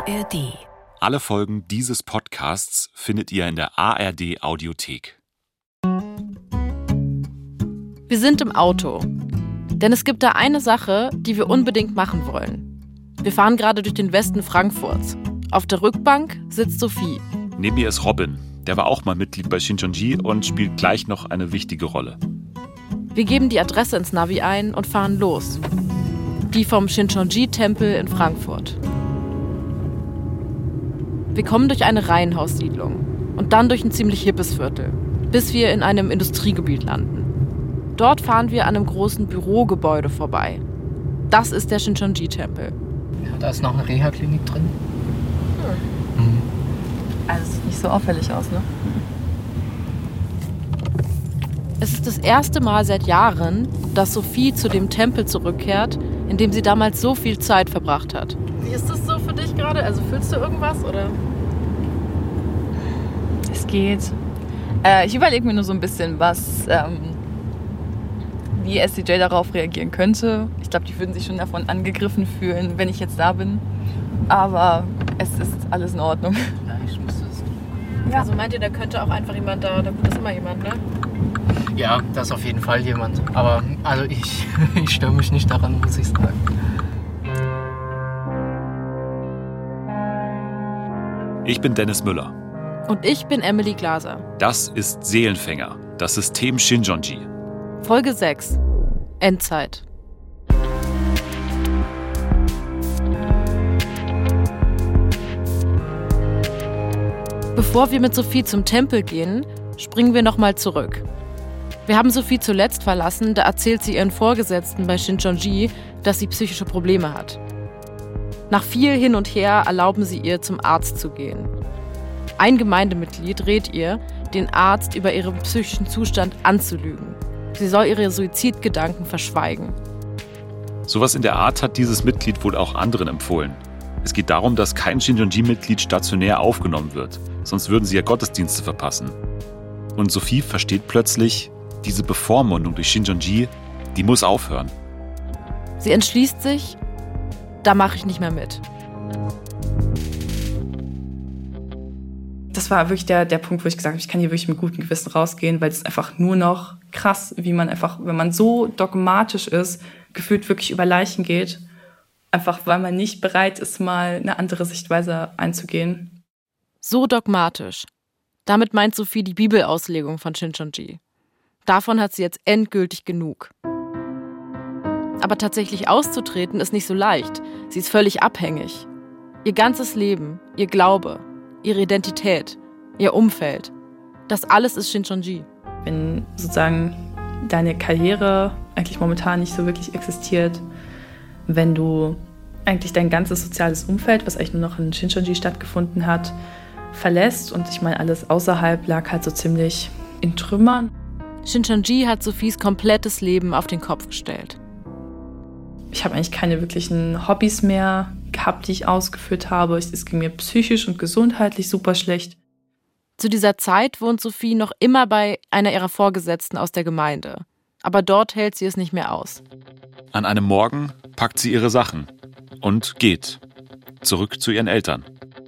ARD. Alle Folgen dieses Podcasts findet ihr in der ARD Audiothek. Wir sind im Auto. Denn es gibt da eine Sache, die wir unbedingt machen wollen. Wir fahren gerade durch den Westen Frankfurts. Auf der Rückbank sitzt Sophie. Neben ihr ist Robin. Der war auch mal Mitglied bei Shincheonji und spielt gleich noch eine wichtige Rolle. Wir geben die Adresse ins Navi ein und fahren los. Die vom Shincheonji-Tempel in Frankfurt. Wir kommen durch eine Reihenhaussiedlung und dann durch ein ziemlich hippes Viertel, bis wir in einem Industriegebiet landen. Dort fahren wir an einem großen Bürogebäude vorbei. Das ist der Shincheonji-Tempel. Ja, da ist noch eine Reha-Klinik drin. Also es sieht nicht so auffällig aus, ne? Es ist das erste Mal seit Jahren, dass Sophie zu dem Tempel zurückkehrt, in dem sie damals so viel Zeit verbracht hat. Wie ist das so für dich gerade? Also fühlst du irgendwas, oder? Es geht. Ich überlege mir nur so ein bisschen, wie SCJ darauf reagieren könnte. Ich glaube, die würden sich schon davon angegriffen fühlen, wenn ich jetzt da bin. Aber es ist alles in Ordnung. Vielleicht müsste es. Ja. Also meint ihr, da könnte auch einfach jemand da ist immer jemand, ne? Ja, da ist auf jeden Fall jemand. Aber also ich störe mich nicht daran, muss ich sagen. Ich bin Dennis Müller. Und ich bin Emily Glaser. Das ist Seelenfänger, das System Shincheonji. Folge 6. Endzeit. Bevor wir mit Sophie zum Tempel gehen, springen wir nochmal zurück. Wir haben Sophie zuletzt verlassen, da erzählt sie ihren Vorgesetzten bei Shincheonji, dass sie psychische Probleme hat. Nach viel hin und her erlauben sie ihr, zum Arzt zu gehen. Ein Gemeindemitglied rät ihr, den Arzt über ihren psychischen Zustand anzulügen. Sie soll ihre Suizidgedanken verschweigen. Sowas in der Art hat dieses Mitglied wohl auch anderen empfohlen. Es geht darum, dass kein Shincheonji-Mitglied stationär aufgenommen wird, sonst würden sie ja Gottesdienste verpassen. Und Sophie versteht plötzlich, diese Bevormundung durch Shincheonji, die muss aufhören. Sie entschließt sich, da mache ich nicht mehr mit. Das war wirklich der Punkt, wo ich gesagt habe, ich kann hier wirklich mit gutem Gewissen rausgehen, weil es ist einfach nur noch krass, wie man einfach, wenn man so dogmatisch ist, gefühlt wirklich über Leichen geht, einfach weil man nicht bereit ist, mal eine andere Sichtweise einzugehen. So dogmatisch. Damit meint Sophie die Bibelauslegung von Shincheonji. Davon hat sie jetzt endgültig genug. Aber tatsächlich auszutreten ist nicht so leicht. Sie ist völlig abhängig. Ihr ganzes Leben, ihr Glaube, ihre Identität, ihr Umfeld, das alles ist Shincheonji. Wenn sozusagen deine Karriere eigentlich momentan nicht so wirklich existiert, wenn du eigentlich dein ganzes soziales Umfeld, was eigentlich nur noch in Shincheonji stattgefunden hat, verlässt und ich meine, alles außerhalb lag halt so ziemlich in Trümmern. Shincheonji hat Sophies komplettes Leben auf den Kopf gestellt. Ich habe eigentlich keine wirklichen Hobbys mehr gehabt, die ich ausgeführt habe. Es ging mir psychisch und gesundheitlich super schlecht. Zu dieser Zeit wohnt Sophie noch immer bei einer ihrer Vorgesetzten aus der Gemeinde. Aber dort hält sie es nicht mehr aus. An einem Morgen packt sie ihre Sachen und geht zurück zu ihren Eltern.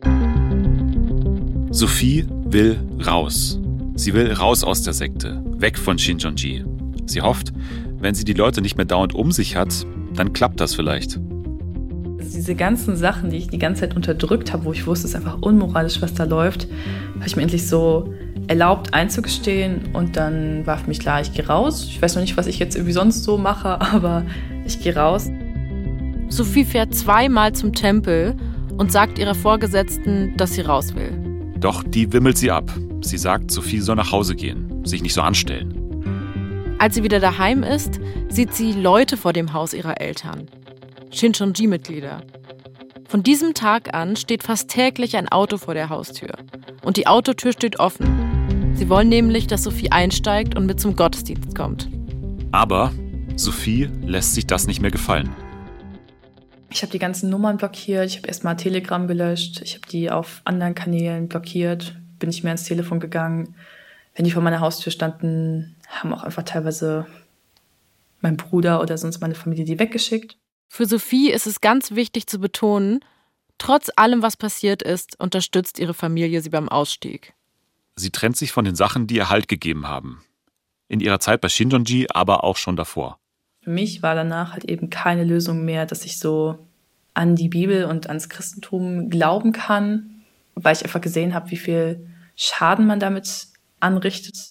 Sophie will raus. Sie will raus aus der Sekte, weg von Shincheonji. Sie hofft, wenn sie die Leute nicht mehr dauernd um sich hat, dann klappt das vielleicht. Also diese ganzen Sachen, die ich die ganze Zeit unterdrückt habe, wo ich wusste, es ist einfach unmoralisch, was da läuft, habe ich mir endlich so erlaubt einzugestehen und dann war für mich klar, ich gehe raus. Ich weiß noch nicht, was ich jetzt irgendwie sonst so mache, aber ich gehe raus. Sophie fährt 2-mal zum Tempel und sagt ihrer Vorgesetzten, dass sie raus will. Doch die wimmelt sie ab. Sie sagt, Sophie soll nach Hause gehen, sich nicht so anstellen. Als sie wieder daheim ist, sieht sie Leute vor dem Haus ihrer Eltern. Shincheonji-Mitglieder. Von diesem Tag an steht fast täglich ein Auto vor der Haustür. Und die Autotür steht offen. Sie wollen nämlich, dass Sophie einsteigt und mit zum Gottesdienst kommt. Aber Sophie lässt sich das nicht mehr gefallen. Ich habe die ganzen Nummern blockiert, ich habe erstmal Telegram gelöscht, ich habe die auf anderen Kanälen blockiert, bin nicht mehr ans Telefon gegangen. Wenn die vor meiner Haustür standen, haben auch einfach teilweise mein Bruder oder sonst meine Familie die weggeschickt. Für Sophie ist es ganz wichtig zu betonen, Trotz allem, was passiert ist, unterstützt ihre Familie sie beim Ausstieg. Sie trennt sich von den Sachen, die ihr Halt gegeben haben. In ihrer Zeit bei Shincheonji, aber auch schon davor. Für mich war danach halt eben keine Lösung mehr, dass ich so an die Bibel und ans Christentum glauben kann, weil ich einfach gesehen habe, wie viel Schaden man damit anrichtet.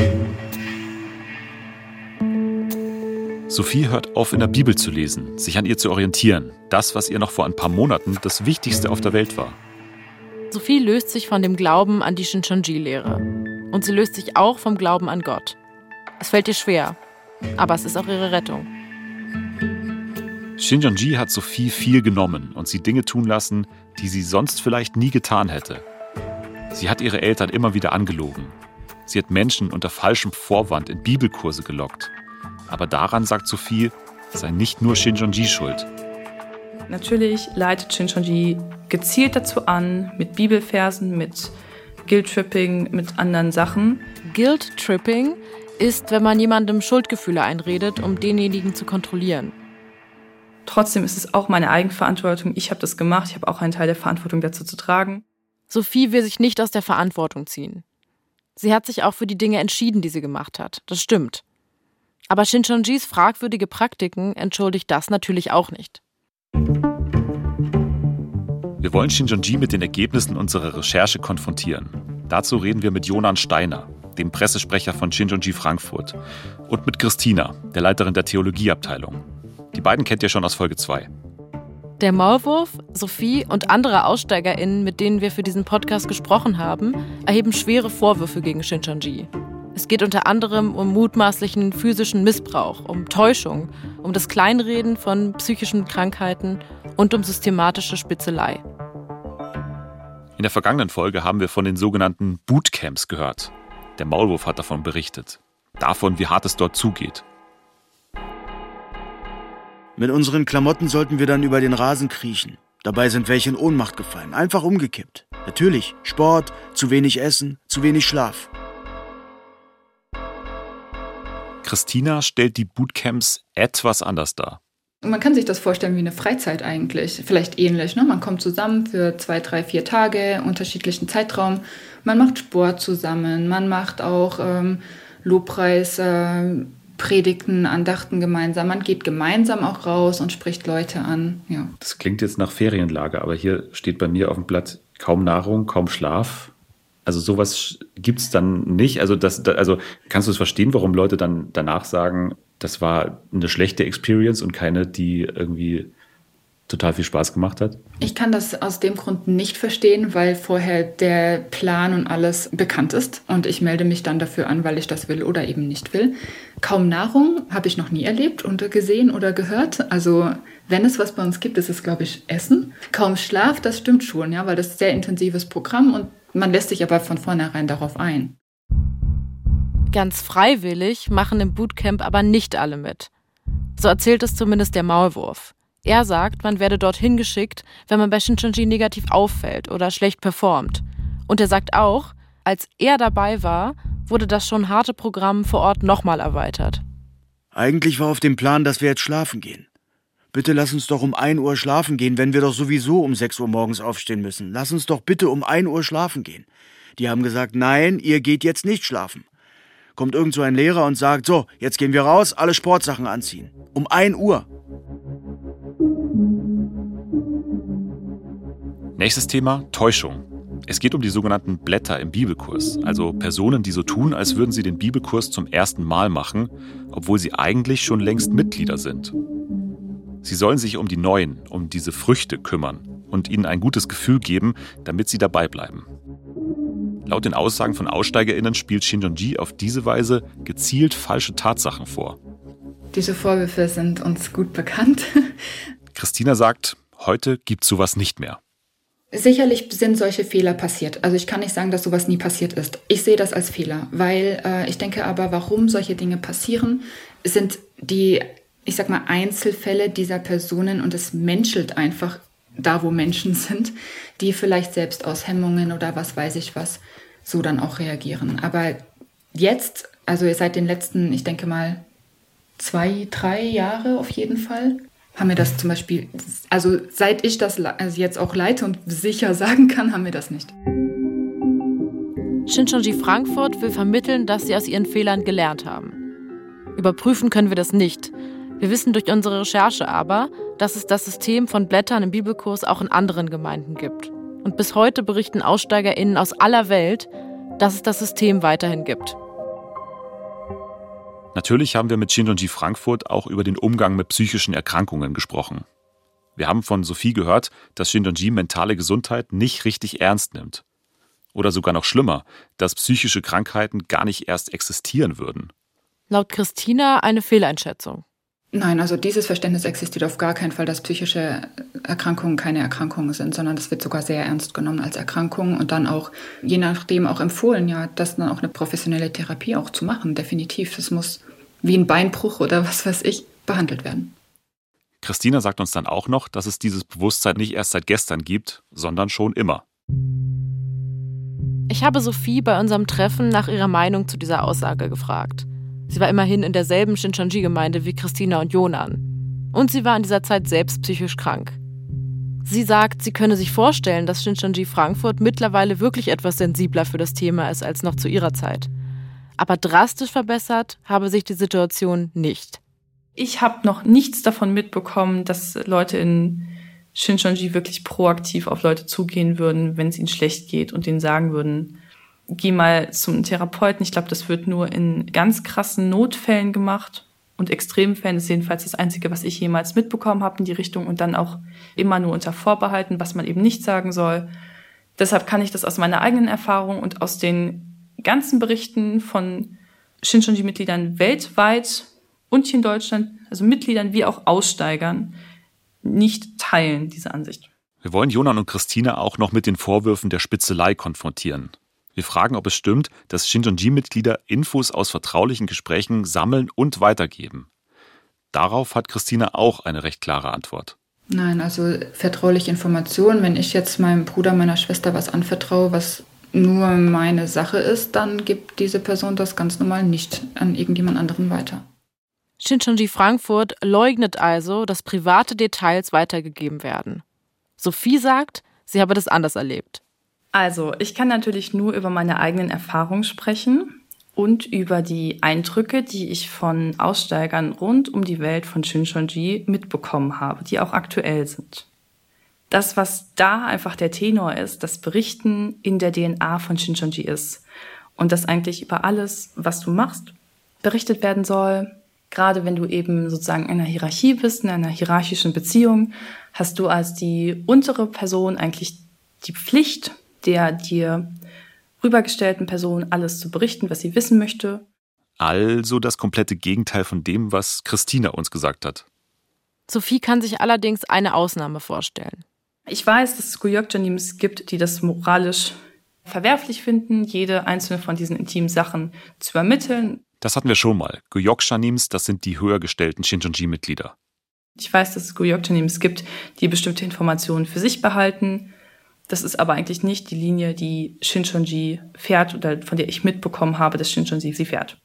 Sophie hört auf, in der Bibel zu lesen, sich an ihr zu orientieren. Das, was ihr noch vor ein paar Monaten das Wichtigste auf der Welt war. Sophie löst sich von dem Glauben an die Shincheonji-Lehre. Und sie löst sich auch vom Glauben an Gott. Es fällt ihr schwer, aber es ist auch ihre Rettung. Shincheonji hat Sophie viel genommen und sie Dinge tun lassen, die sie sonst vielleicht nie getan hätte. Sie hat ihre Eltern immer wieder angelogen. Sie hat Menschen unter falschem Vorwand in Bibelkurse gelockt. Aber daran, sagt Sophie, sei nicht nur Shincheonji schuld. Natürlich leitet Shincheonji gezielt dazu an, mit Bibelversen, mit Guilt-Tripping, mit anderen Sachen. Guilt-Tripping ist, wenn man jemandem Schuldgefühle einredet, um denjenigen zu kontrollieren. Trotzdem ist es auch meine Eigenverantwortung. Ich habe das gemacht, ich habe auch einen Teil der Verantwortung dazu zu tragen. Sophie will sich nicht aus der Verantwortung ziehen. Sie hat sich auch für die Dinge entschieden, die sie gemacht hat. Das stimmt. Aber Shincheonjis fragwürdige Praktiken entschuldigt das natürlich auch nicht. Wir wollen Shincheonji mit den Ergebnissen unserer Recherche konfrontieren. Dazu reden wir mit Jonan Steiner, dem Pressesprecher von Shincheonji Frankfurt, und mit Christina, der Leiterin der Theologieabteilung. Die beiden kennt ihr schon aus Folge 2. Der Maulwurf, Sophie und andere AussteigerInnen, mit denen wir für diesen Podcast gesprochen haben, erheben schwere Vorwürfe gegen Shincheonji. Es geht unter anderem um mutmaßlichen physischen Missbrauch, um Täuschung, um das Kleinreden von psychischen Krankheiten und um systematische Spitzelei. In der vergangenen Folge haben wir von den sogenannten Bootcamps gehört. Der Maulwurf hat davon berichtet. Davon, wie hart es dort zugeht. Mit unseren Klamotten sollten wir dann über den Rasen kriechen. Dabei sind welche in Ohnmacht gefallen, einfach umgekippt. Natürlich, Sport, zu wenig Essen, zu wenig Schlaf. Christina stellt die Bootcamps etwas anders dar. Man kann sich das vorstellen wie eine Freizeit eigentlich, vielleicht ähnlich. Ne? Man kommt zusammen für 2, 3, 4 Tage, unterschiedlichen Zeitraum. Man macht Sport zusammen, man macht auch Lobpreis, Predigten, Andachten gemeinsam. Man geht gemeinsam auch raus und spricht Leute an. Ja. Das klingt jetzt nach Ferienlager, aber hier steht bei mir auf dem Blatt kaum Nahrung, kaum Schlaf. Also sowas gibt es dann nicht. Also kannst du es verstehen, warum Leute dann danach sagen, das war eine schlechte Experience und keine, die irgendwie total viel Spaß gemacht hat? Ich kann das aus dem Grund nicht verstehen, weil vorher der Plan und alles bekannt ist. Und ich melde mich dann dafür an, weil ich das will oder eben nicht will. Kaum Nahrung habe ich noch nie erlebt und gesehen oder gehört. Also wenn es was bei uns gibt, ist es, glaube ich, Essen. Kaum Schlaf, das stimmt schon, ja, weil das ist ein sehr intensives Programm und man lässt sich aber von vornherein darauf ein. Ganz freiwillig machen im Bootcamp aber nicht alle mit. So erzählt es zumindest der Maulwurf. Er sagt, man werde dorthin geschickt, wenn man bei Shincheonji negativ auffällt oder schlecht performt. Und er sagt auch, als er dabei war, wurde das schon harte Programm vor Ort nochmal erweitert. Eigentlich war auf dem Plan, dass wir jetzt schlafen gehen. Bitte lass uns doch um 1 Uhr schlafen gehen, wenn wir doch sowieso um 6 Uhr morgens aufstehen müssen. Lass uns doch bitte um 1 Uhr schlafen gehen. Die haben gesagt, nein, ihr geht jetzt nicht schlafen. Kommt irgend so ein Lehrer und sagt, so, jetzt gehen wir raus, alle Sportsachen anziehen. Um 1 Uhr. Nächstes Thema, Täuschung. Es geht um die sogenannten Blätter im Bibelkurs, also Personen, die so tun, als würden sie den Bibelkurs zum ersten Mal machen, obwohl sie eigentlich schon längst Mitglieder sind. Sie sollen sich um die Neuen, um diese Früchte kümmern und ihnen ein gutes Gefühl geben, damit sie dabei bleiben. Laut den Aussagen von AussteigerInnen spielt Shincheonji auf diese Weise gezielt falsche Tatsachen vor. Diese Vorwürfe sind uns gut bekannt. Christina sagt, heute gibt's sowas nicht mehr. Sicherlich sind solche Fehler passiert. Also ich kann nicht sagen, dass sowas nie passiert ist. Ich sehe das als Fehler, weil ich denke aber, warum solche Dinge passieren, sind die, ich sag mal, Einzelfälle dieser Personen und es menschelt einfach da, wo Menschen sind, die vielleicht selbst aus Hemmungen oder was weiß ich was so dann auch reagieren. Aber jetzt, also seit den letzten, ich denke mal, 2, 3 Jahre auf jeden Fall, haben wir das zum Beispiel, also seit ich das jetzt auch leite und sicher sagen kann, haben wir das nicht. Shincheonji Frankfurt will vermitteln, dass sie aus ihren Fehlern gelernt haben. Überprüfen können wir das nicht. Wir wissen durch unsere Recherche aber, dass es das System von Blättern im Bibelkurs auch in anderen Gemeinden gibt. Und bis heute berichten AussteigerInnen aus aller Welt, dass es das System weiterhin gibt. Natürlich haben wir mit Shincheonji Frankfurt auch über den Umgang mit psychischen Erkrankungen gesprochen. Wir haben von Sophie gehört, dass Shincheonji mentale Gesundheit nicht richtig ernst nimmt. Oder sogar noch schlimmer, dass psychische Krankheiten gar nicht erst existieren würden. Laut Christina eine Fehleinschätzung. Nein, also dieses Verständnis existiert auf gar keinen Fall, dass psychische Erkrankungen keine Erkrankungen sind, sondern das wird sogar sehr ernst genommen als Erkrankung und dann auch, je nachdem auch empfohlen, ja, das dann auch eine professionelle Therapie auch zu machen, definitiv. Das muss wie ein Beinbruch oder was weiß ich behandelt werden. Christina sagt uns dann auch noch, dass es dieses Bewusstsein nicht erst seit gestern gibt, sondern schon immer. Ich habe Sophie bei unserem Treffen nach ihrer Meinung zu dieser Aussage gefragt. Sie war immerhin in derselben Shincheonji-Gemeinde wie Christina und Jonan. Und sie war in dieser Zeit selbst psychisch krank. Sie sagt, sie könne sich vorstellen, dass Shincheonji Frankfurt mittlerweile wirklich etwas sensibler für das Thema ist als noch zu ihrer Zeit. Aber drastisch verbessert habe sich die Situation nicht. Ich habe noch nichts davon mitbekommen, dass Leute in Shincheonji wirklich proaktiv auf Leute zugehen würden, wenn es ihnen schlecht geht und denen sagen würden, geh mal zum Therapeuten. Ich glaube, das wird nur in ganz krassen Notfällen gemacht und Extremfällen. Das ist jedenfalls das Einzige, was ich jemals mitbekommen habe in die Richtung und dann auch immer nur unter Vorbehalten, was man eben nicht sagen soll. Deshalb kann ich das aus meiner eigenen Erfahrung und aus den ganzen Berichten von Shincheonji-Mitgliedern weltweit und hier in Deutschland, also Mitgliedern wie auch Aussteigern, nicht teilen, diese Ansicht. Wir wollen Jonan und Christina auch noch mit den Vorwürfen der Spitzelei konfrontieren. Wir fragen, ob es stimmt, dass Shincheonji-Mitglieder Infos aus vertraulichen Gesprächen sammeln und weitergeben. Darauf hat Christina auch eine recht klare Antwort. Nein, also vertrauliche Informationen, wenn ich jetzt meinem Bruder, meiner Schwester was anvertraue, was nur meine Sache ist, dann gibt diese Person das ganz normal nicht an irgendjemand anderen weiter. Shincheonji Frankfurt leugnet also, dass private Details weitergegeben werden. Sophie sagt, sie habe das anders erlebt. Also, ich kann natürlich nur über meine eigenen Erfahrungen sprechen und über die Eindrücke, die ich von Aussteigern rund um die Welt von Shincheonji mitbekommen habe, die auch aktuell sind. Das, was da einfach der Tenor ist, das Berichten in der DNA von Shincheonji ist und dass eigentlich über alles, was du machst, berichtet werden soll. Gerade wenn du eben sozusagen in einer Hierarchie bist, in einer hierarchischen Beziehung, hast du als die untere Person eigentlich die Pflicht, der dir rübergestellten Person alles zu berichten, was sie wissen möchte. Also das komplette Gegenteil von dem, was Christina uns gesagt hat. Sophie kann sich allerdings eine Ausnahme vorstellen. Ich weiß, dass es Guyokjanim gibt, die das moralisch verwerflich finden, jede einzelne von diesen intimen Sachen zu übermitteln. Das hatten wir schon mal. Guyokjanims, das sind die höher gestellten Shincheonji-Mitglieder. Ich weiß, dass es Guyokjanims gibt, die bestimmte Informationen für sich behalten. Das ist aber eigentlich nicht die Linie, die Shincheonji fährt oder von der ich mitbekommen habe, dass Shincheonji sie fährt.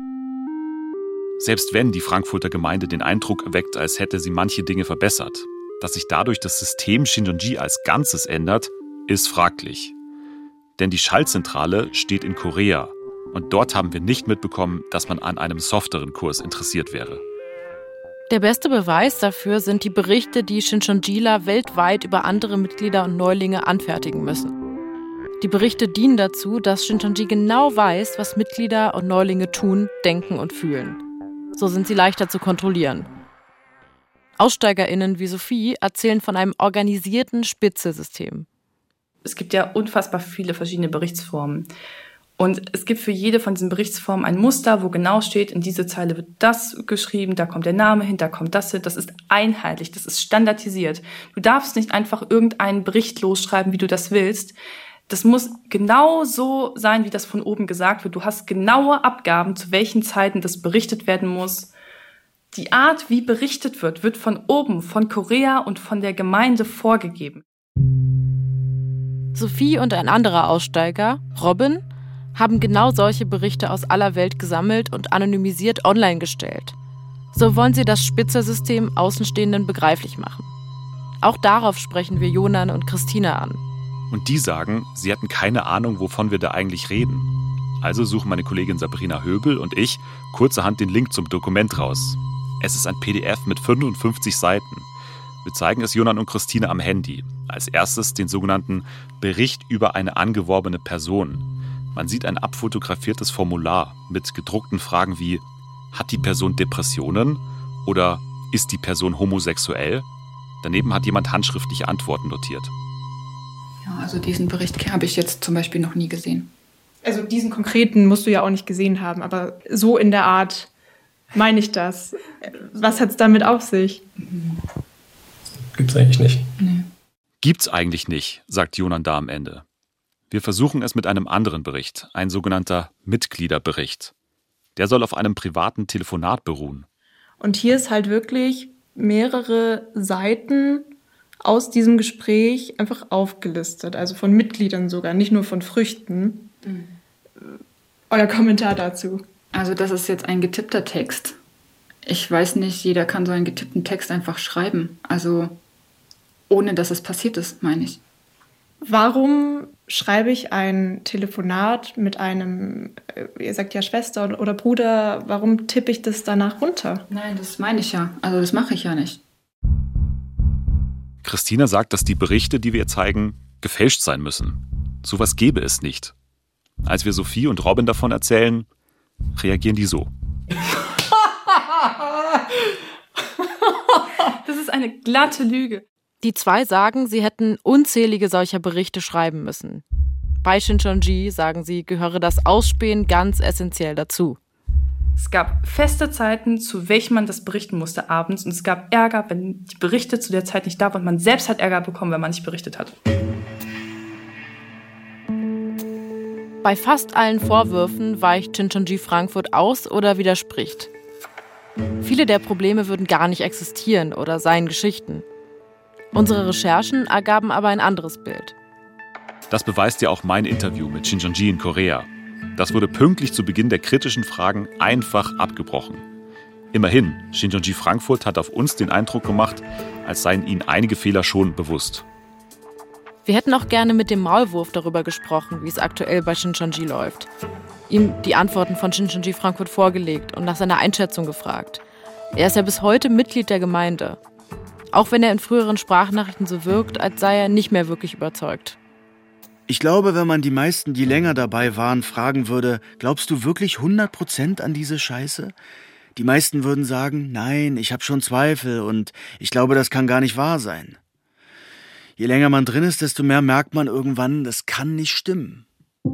Selbst wenn die Frankfurter Gemeinde den Eindruck erweckt, als hätte sie manche Dinge verbessert, dass sich dadurch das System Shincheonji als Ganzes ändert, ist fraglich. Denn die Schaltzentrale steht in Korea und dort haben wir nicht mitbekommen, dass man an einem softeren Kurs interessiert wäre. Der beste Beweis dafür sind die Berichte, die Shincheonjiler weltweit über andere Mitglieder und Neulinge anfertigen müssen. Die Berichte dienen dazu, dass Shincheonji genau weiß, was Mitglieder und Neulinge tun, denken und fühlen. So sind sie leichter zu kontrollieren. AussteigerInnen wie Sophie erzählen von einem organisierten Spitzesystem. Es gibt ja unfassbar viele verschiedene Berichtsformen. Und es gibt für jede von diesen Berichtsformen ein Muster, wo genau steht, in diese Zeile wird das geschrieben, da kommt der Name hin, da kommt das hin. Das ist einheitlich, das ist standardisiert. Du darfst nicht einfach irgendeinen Bericht losschreiben, wie du das willst. Das muss genau so sein, wie das von oben gesagt wird. Du hast genaue Abgaben, zu welchen Zeiten das berichtet werden muss. Die Art, wie berichtet wird, wird von oben, von Korea und von der Gemeinde vorgegeben. Sophie und ein anderer Aussteiger, Robin, haben genau solche Berichte aus aller Welt gesammelt und anonymisiert online gestellt. So wollen sie das Spitzer-System Außenstehenden begreiflich machen. Auch darauf sprechen wir Jonan und Christina an. Und die sagen, sie hatten keine Ahnung, wovon wir da eigentlich reden. Also suchen meine Kollegin Sabrina Höbel und ich kurzerhand den Link zum Dokument raus. Es ist ein PDF mit 55 Seiten. Wir zeigen es Jonan und Christina am Handy. Als erstes den sogenannten Bericht über eine angeworbene Person. Man sieht ein abfotografiertes Formular mit gedruckten Fragen wie: Hat die Person Depressionen? Oder ist die Person homosexuell? Daneben hat jemand handschriftliche Antworten notiert. Ja, also diesen Bericht habe ich jetzt zum Beispiel noch nie gesehen. Also diesen konkreten musst du ja auch nicht gesehen haben, aber so in der Art meine ich das. Was hat es damit auf sich? Gibt's eigentlich nicht. Nee. Gibt's eigentlich nicht, sagt Jonan da am Ende. Wir versuchen es mit einem anderen Bericht, ein sogenannter Mitgliederbericht. Der soll auf einem privaten Telefonat beruhen. Und hier ist halt wirklich mehrere Seiten aus diesem Gespräch einfach aufgelistet. Also von Mitgliedern sogar, nicht nur von Früchten. Euer Kommentar dazu? Also das ist jetzt ein getippter Text. Ich weiß nicht, jeder kann so einen getippten Text einfach schreiben. Also ohne, dass es passiert ist, meine ich. Warum schreibe ich ein Telefonat mit einem, ihr sagt ja Schwester oder Bruder, warum tippe ich das danach runter? Nein, das meine ich ja. Also das mache ich ja nicht. Christina sagt, dass die Berichte, die wir ihr zeigen, gefälscht sein müssen. Sowas gäbe es nicht. Als wir Sophie und Robin davon erzählen, reagieren die so. Das ist eine glatte Lüge. Die zwei sagen, sie hätten unzählige solcher Berichte schreiben müssen. Bei Shincheonji, sagen sie, gehöre das Ausspähen ganz essentiell dazu. Es gab feste Zeiten, zu welchen man das berichten musste abends. Und es gab Ärger, wenn die Berichte zu der Zeit nicht da waren. Und man selbst hat Ärger bekommen, wenn man nicht berichtet hat. Bei fast allen Vorwürfen weicht Shincheonji Frankfurt aus oder widerspricht. Viele der Probleme würden gar nicht existieren oder seien Geschichten. Unsere Recherchen ergaben aber ein anderes Bild. Das beweist ja auch mein Interview mit Shincheonji in Korea. Das wurde pünktlich zu Beginn der kritischen Fragen einfach abgebrochen. Immerhin, Shincheonji Frankfurt hat auf uns den Eindruck gemacht, als seien ihnen einige Fehler schon bewusst. Wir hätten auch gerne mit dem Maulwurf darüber gesprochen, wie es aktuell bei Shincheonji läuft. Ihm die Antworten von Shincheonji Frankfurt vorgelegt und nach seiner Einschätzung gefragt. Er ist ja bis heute Mitglied der Gemeinde. Auch wenn er in früheren Sprachnachrichten so wirkt, als sei er nicht mehr wirklich überzeugt. Ich glaube, wenn man die meisten, die länger dabei waren, fragen würde, glaubst du wirklich 100% an diese Scheiße? Die meisten würden sagen, nein, ich habe schon Zweifel und ich glaube, das kann gar nicht wahr sein. Je länger man drin ist, desto mehr merkt man irgendwann, das kann nicht stimmen.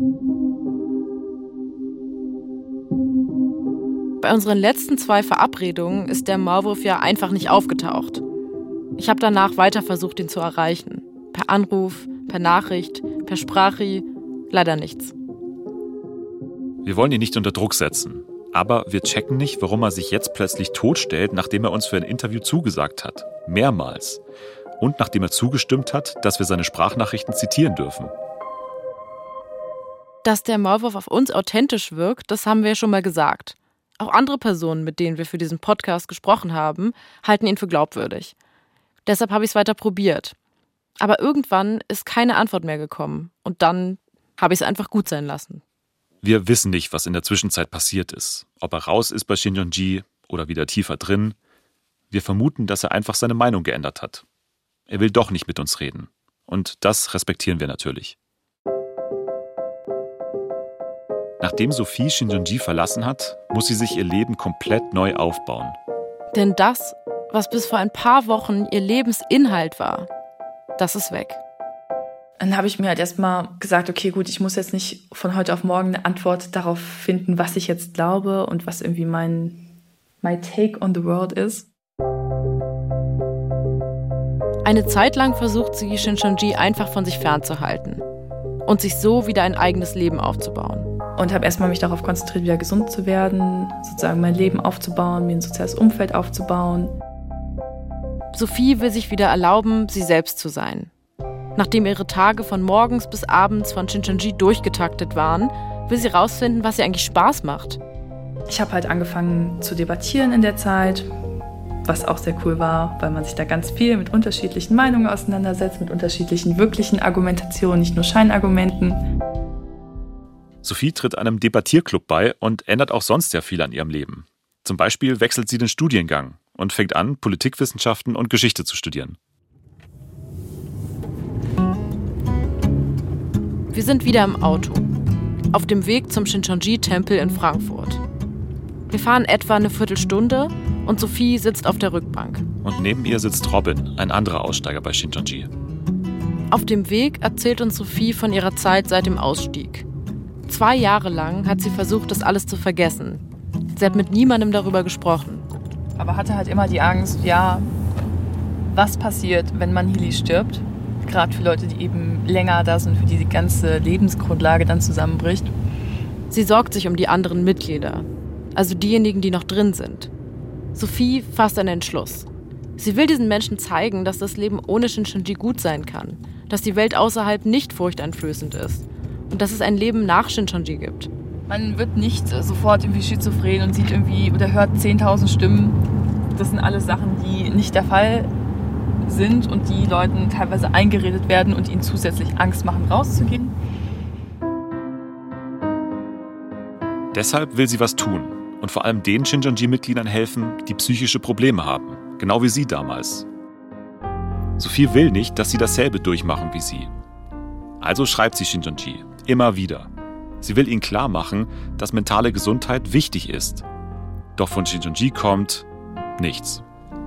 Bei unseren letzten 2 Verabredungen ist der Maulwurf ja einfach nicht aufgetaucht. Ich habe danach weiter versucht, ihn zu erreichen. Per Anruf, per Nachricht, per Sprachi, leider nichts. Wir wollen ihn nicht unter Druck setzen. Aber wir checken nicht, warum er sich jetzt plötzlich totstellt, nachdem er uns für ein Interview zugesagt hat. Mehrmals. Und nachdem er zugestimmt hat, dass wir seine Sprachnachrichten zitieren dürfen. Dass der Maulwurf auf uns authentisch wirkt, das haben wir ja schon mal gesagt. Auch andere Personen, mit denen wir für diesen Podcast gesprochen haben, halten ihn für glaubwürdig. Deshalb habe ich es weiter probiert. Aber irgendwann ist keine Antwort mehr gekommen. Und dann habe ich es einfach gut sein lassen. Wir wissen nicht, was in der Zwischenzeit passiert ist. Ob er raus ist bei Shincheonji oder wieder tiefer drin. Wir vermuten, dass er einfach seine Meinung geändert hat. Er will doch nicht mit uns reden. Und das respektieren wir natürlich. Nachdem Sophie Shincheonji verlassen hat, muss sie sich ihr Leben komplett neu aufbauen. Denn das, was bis vor ein paar Wochen ihr Lebensinhalt war, das ist weg. Dann habe ich mir halt erstmal gesagt, okay, gut, ich muss jetzt nicht von heute auf morgen eine Antwort darauf finden, was ich jetzt glaube und was irgendwie my take on the world ist. Eine Zeit lang versucht sie, Shincheonji einfach von sich fernzuhalten und sich so wieder ein eigenes Leben aufzubauen. Und habe erstmal mich darauf konzentriert, wieder gesund zu werden, sozusagen mein Leben aufzubauen, mir ein soziales Umfeld aufzubauen. Sophie will sich wieder erlauben, sie selbst zu sein. Nachdem ihre Tage von morgens bis abends von Shincheonji durchgetaktet waren, will sie rausfinden, was ihr eigentlich Spaß macht. Ich habe halt angefangen zu debattieren in der Zeit, was auch sehr cool war, weil man sich da ganz viel mit unterschiedlichen Meinungen auseinandersetzt, mit unterschiedlichen wirklichen Argumentationen, nicht nur Scheinargumenten. Sophie tritt einem Debattierclub bei und ändert auch sonst sehr viel an ihrem Leben. Zum Beispiel wechselt sie den Studiengang und fängt an, Politikwissenschaften und Geschichte zu studieren. Wir sind wieder im Auto, auf dem Weg zum Shincheonji-Tempel in Frankfurt. Wir fahren etwa eine Viertelstunde und Sophie sitzt auf der Rückbank. Und neben ihr sitzt Robin, ein anderer Aussteiger bei Shincheonji. Auf dem Weg erzählt uns Sophie von ihrer Zeit seit dem Ausstieg. 2 Jahre lang hat sie versucht, das alles zu vergessen. Sie hat mit niemandem darüber gesprochen. Aber hatte halt immer die Angst, ja, was passiert, wenn man Hili stirbt? Gerade für Leute, die eben länger da sind, für die ganze Lebensgrundlage dann zusammenbricht. Sie sorgt sich um die anderen Mitglieder, also diejenigen, die noch drin sind. Sophie fasst einen Entschluss. Sie will diesen Menschen zeigen, dass das Leben ohne Shincheonji gut sein kann, dass die Welt außerhalb nicht furchteinflößend ist und dass es ein Leben nach Shincheonji gibt. Man wird nicht sofort irgendwie schizophren und sieht irgendwie oder hört 10.000 Stimmen. Das sind alles Sachen, die nicht der Fall sind und die Leuten teilweise eingeredet werden und ihnen zusätzlich Angst machen, rauszugehen. Deshalb will sie was tun und vor allem den Shincheonji-Mitgliedern helfen, die psychische Probleme haben, genau wie sie damals. Sophie will nicht, dass sie dasselbe durchmachen wie sie. Also schreibt sie Shincheonji immer wieder. Sie will ihnen klar machen, dass mentale Gesundheit wichtig ist. Doch von Shincheonji kommt nichts.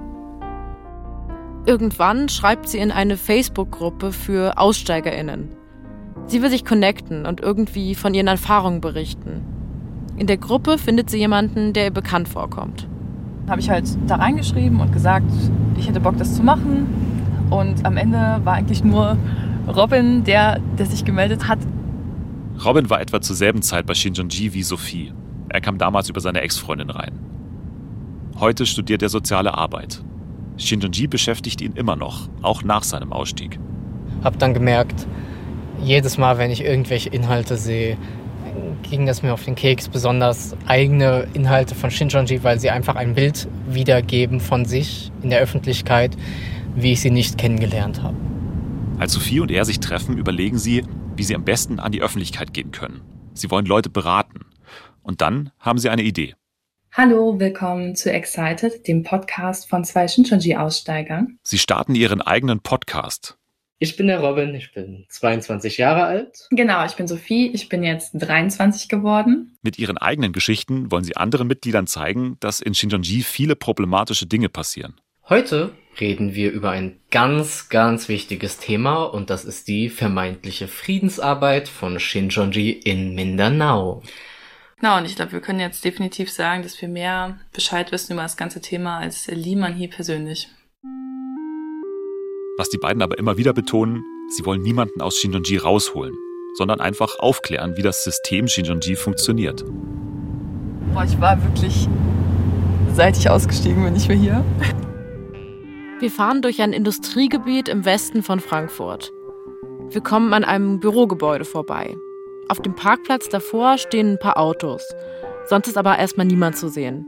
Irgendwann schreibt sie in eine Facebook-Gruppe für AussteigerInnen. Sie will sich connecten und irgendwie von ihren Erfahrungen berichten. In der Gruppe findet sie jemanden, der ihr bekannt vorkommt. Habe ich halt da reingeschrieben und gesagt, ich hätte Bock, das zu machen. Und am Ende war eigentlich nur Robin, der sich gemeldet hat. Robin war etwa zur selben Zeit bei Shincheonji wie Sophie. Er kam damals über seine Ex-Freundin rein. Heute studiert er soziale Arbeit. Shincheonji beschäftigt ihn immer noch, auch nach seinem Ausstieg. Hab dann gemerkt, jedes Mal, wenn ich irgendwelche Inhalte sehe, ging das mir auf den Keks, besonders eigene Inhalte von Shincheonji, weil sie einfach ein Bild wiedergeben von sich in der Öffentlichkeit, wie ich sie nicht kennengelernt habe. Als Sophie und er sich treffen, überlegen sie, wie sie am besten an die Öffentlichkeit gehen können. Sie wollen Leute beraten. Und dann haben sie eine Idee. Hallo, willkommen zu Excited, dem Podcast von 2 Shincheonji-Aussteigern. Sie starten ihren eigenen Podcast. Ich bin der Robin, ich bin 22 Jahre alt. Genau, ich bin Sophie, ich bin jetzt 23 geworden. Mit ihren eigenen Geschichten wollen sie anderen Mitgliedern zeigen, dass in Shincheonji viele problematische Dinge passieren. Heute reden wir über ein ganz, ganz wichtiges Thema und das ist die vermeintliche Friedensarbeit von Shincheonji in Mindanao. Genau, und ich glaube, wir können jetzt definitiv sagen, dass wir mehr Bescheid wissen über das ganze Thema als Lee Man-hee persönlich. Was die beiden aber immer wieder betonen, sie wollen niemanden aus Shincheonji rausholen, sondern einfach aufklären, wie das System Shincheonji funktioniert. Boah, ich war wirklich, seit ich ausgestiegen bin, nicht mehr hier. Wir fahren durch ein Industriegebiet im Westen von Frankfurt. Wir kommen an einem Bürogebäude vorbei. Auf dem Parkplatz davor stehen ein paar Autos. Sonst ist aber erstmal niemand zu sehen.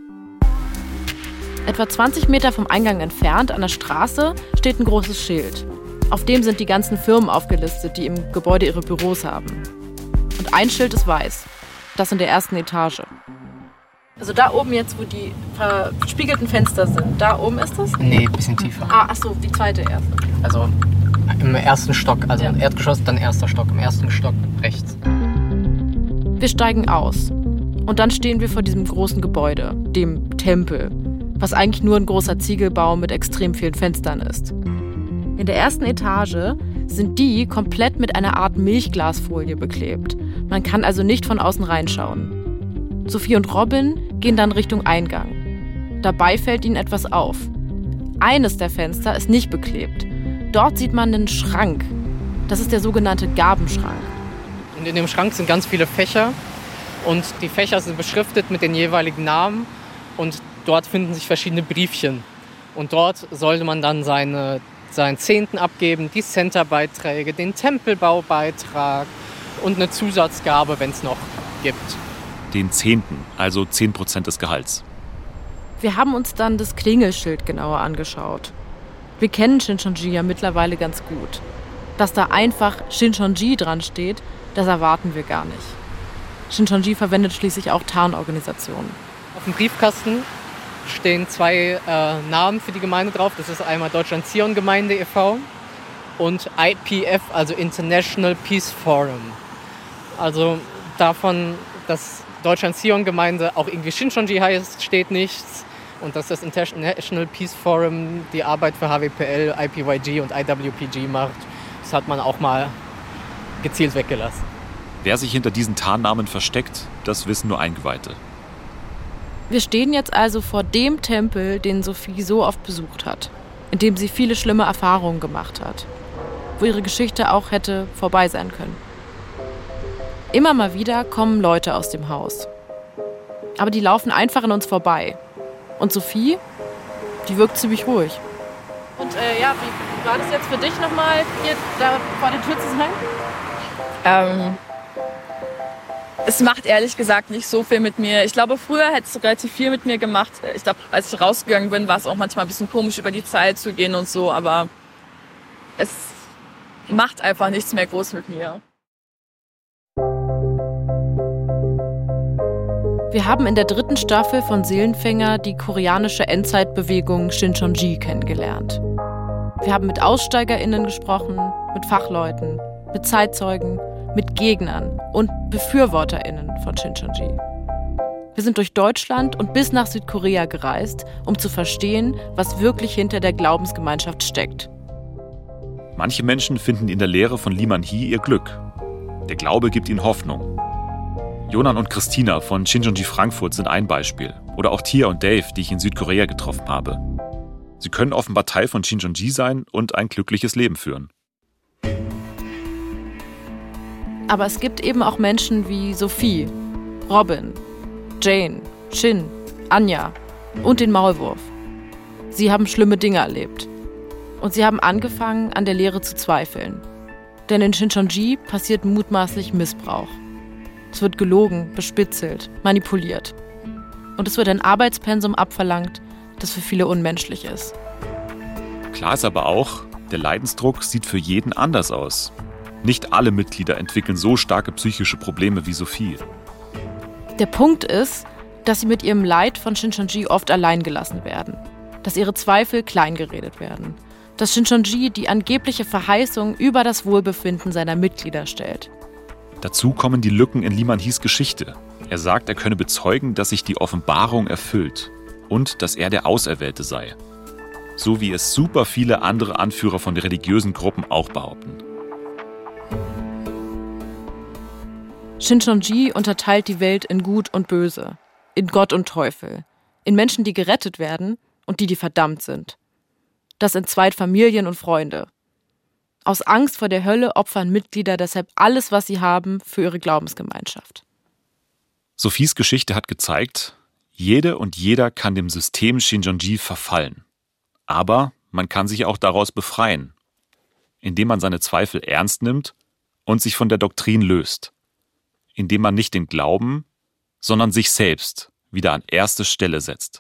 Etwa 20 Meter vom Eingang entfernt, an der Straße, steht ein großes Schild. Auf dem sind die ganzen Firmen aufgelistet, die im Gebäude ihre Büros haben. Und ein Schild ist weiß. Das in der ersten Etage. Also da oben jetzt, wo die verspiegelten Fenster sind, da oben ist das? Nee, ein bisschen tiefer. Achso, die zweite erste. Also im ersten Stock, also im Erdgeschoss, dann erster Stock, im ersten Stock rechts. Wir steigen aus. Und dann stehen wir vor diesem großen Gebäude, dem Tempel, was eigentlich nur ein großer Ziegelbau mit extrem vielen Fenstern ist. In der ersten Etage sind die komplett mit einer Art Milchglasfolie beklebt. Man kann also nicht von außen reinschauen. Sophie und Robin gehen dann Richtung Eingang. Dabei fällt ihnen etwas auf. Eines der Fenster ist nicht beklebt. Dort sieht man einen Schrank. Das ist der sogenannte Gabenschrank. Und in dem Schrank sind ganz viele Fächer und die Fächer sind beschriftet mit den jeweiligen Namen und dort finden sich verschiedene Briefchen. Und dort sollte man dann seinen Zehnten abgeben, die Centerbeiträge, den Tempelbaubeitrag und eine Zusatzgabe, wenn es noch gibt. den 10., also 10% des Gehalts. Wir haben uns dann das Klingelschild genauer angeschaut. Wir kennen Shincheonji ja mittlerweile ganz gut. Dass da einfach Shincheonji dran steht, das erwarten wir gar nicht. Shincheonji verwendet schließlich auch Tarnorganisationen. Auf dem Briefkasten stehen 2 Namen für die Gemeinde drauf. Das ist einmal Deutschland-Zion-Gemeinde e.V. und IPF, also International Peace Forum. Also davon, dass Deutschland-Zion-Gemeinde auch irgendwie Shincheonji heißt, steht nichts. Und dass das International Peace Forum die Arbeit für HWPL, IPYG und IWPG macht, das hat man auch mal gezielt weggelassen. Wer sich hinter diesen Tarnnamen versteckt, das wissen nur Eingeweihte. Wir stehen jetzt also vor dem Tempel, den Sophie so oft besucht hat, in dem sie viele schlimme Erfahrungen gemacht hat, wo ihre Geschichte auch hätte vorbei sein können. Immer mal wieder kommen Leute aus dem Haus. Aber die laufen einfach an uns vorbei. Und Sophie, die wirkt ziemlich ruhig. Und wie war das jetzt für dich nochmal, hier da vor der Tür zu sein? Es macht ehrlich gesagt nicht so viel mit mir. Ich glaube, früher hätte es relativ viel mit mir gemacht. Ich glaube, als ich rausgegangen bin, war es auch manchmal ein bisschen komisch, über die Zeit zu gehen und so. Aber es macht einfach nichts mehr groß mit mir. Wir haben in der 3. Staffel von Seelenfänger die koreanische Endzeitbewegung Shincheonji kennengelernt. Wir haben mit AussteigerInnen gesprochen, mit Fachleuten, mit Zeitzeugen, mit Gegnern und BefürworterInnen von Shincheonji. Wir sind durch Deutschland und bis nach Südkorea gereist, um zu verstehen, was wirklich hinter der Glaubensgemeinschaft steckt. Manche Menschen finden in der Lehre von Lee Man-hee ihr Glück. Der Glaube gibt ihnen Hoffnung. Jonan und Christina von Shincheonji Frankfurt sind ein Beispiel. Oder auch Tia und Dave, die ich in Südkorea getroffen habe. Sie können offenbar Teil von Shincheonji sein und ein glückliches Leben führen. Aber es gibt eben auch Menschen wie Sophie, Robin, Jane, Shin, Anja und den Maulwurf. Sie haben schlimme Dinge erlebt. Und sie haben angefangen, an der Lehre zu zweifeln. Denn in Shincheonji passiert mutmaßlich Missbrauch. Es wird gelogen, bespitzelt, manipuliert. Und es wird ein Arbeitspensum abverlangt, das für viele unmenschlich ist. Klar ist aber auch, der Leidensdruck sieht für jeden anders aus. Nicht alle Mitglieder entwickeln so starke psychische Probleme wie Sophie. Der Punkt ist, dass sie mit ihrem Leid von Shincheonji oft allein gelassen werden. Dass ihre Zweifel kleingeredet werden. Dass Shincheonji die angebliche Verheißung über das Wohlbefinden seiner Mitglieder stellt. Dazu kommen die Lücken in Lee Man-hees Geschichte. Er sagt, er könne bezeugen, dass sich die Offenbarung erfüllt und dass er der Auserwählte sei. So wie es super viele andere Anführer von religiösen Gruppen auch behaupten. Shincheonji unterteilt die Welt in Gut und Böse, in Gott und Teufel, in Menschen, die gerettet werden und die verdammt sind. Das entzweit Familien und Freunde. Aus Angst vor der Hölle opfern Mitglieder deshalb alles, was sie haben, für ihre Glaubensgemeinschaft. Sophies Geschichte hat gezeigt, jede und jeder kann dem System Shincheonji verfallen. Aber man kann sich auch daraus befreien, indem man seine Zweifel ernst nimmt und sich von der Doktrin löst. Indem man nicht den Glauben, sondern sich selbst wieder an erste Stelle setzt.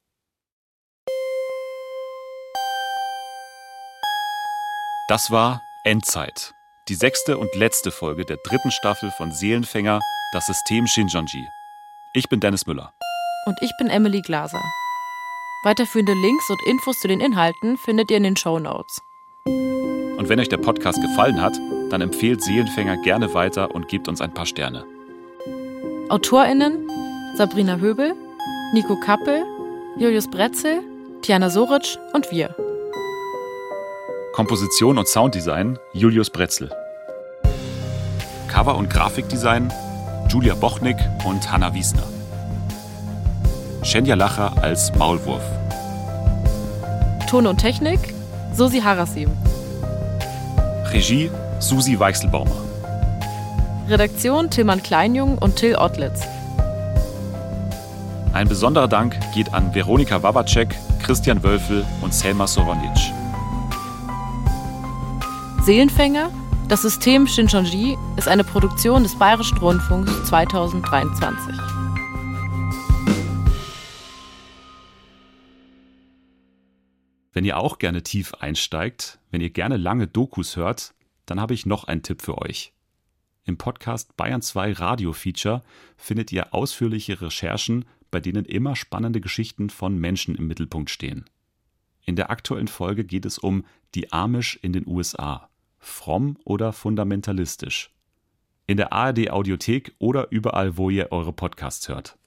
Das war Endzeit, die 6. und letzte Folge der 3. Staffel von Seelenfänger, das System Shincheonji. Ich bin Dennis Müller. Und ich bin Emily Glaser. Weiterführende Links und Infos zu den Inhalten findet ihr in den Shownotes. Und wenn euch der Podcast gefallen hat, dann empfehlt Seelenfänger gerne weiter und gebt uns ein paar Sterne. AutorInnen: Sabrina Höbel, Nico Kappel, Julius Bretzel, Tiana Soric und wir. Komposition und Sounddesign Julius Bretzel. Cover- und Grafikdesign Julia Bochnik und Hanna Wiesner. Shenja Lacher als Maulwurf. Ton und Technik Susi Harasim. Regie Susi Weichselbaumer. Redaktion Tillmann Kleinjung und Till Ottlitz. Ein besonderer Dank geht an Veronika Wawacek, Christian Wölfel und Selma Soronic. Seelenfänger, das System Shincheonji ist eine Produktion des Bayerischen Rundfunks 2023. Wenn ihr auch gerne tief einsteigt, wenn ihr gerne lange Dokus hört, dann habe ich noch einen Tipp für euch. Im Podcast Bayern 2 Radio Feature findet ihr ausführliche Recherchen, bei denen immer spannende Geschichten von Menschen im Mittelpunkt stehen. In der aktuellen Folge geht es um die Amish in den USA. Fromm oder fundamentalistisch? In der ARD Audiothek oder überall, wo ihr eure Podcasts hört.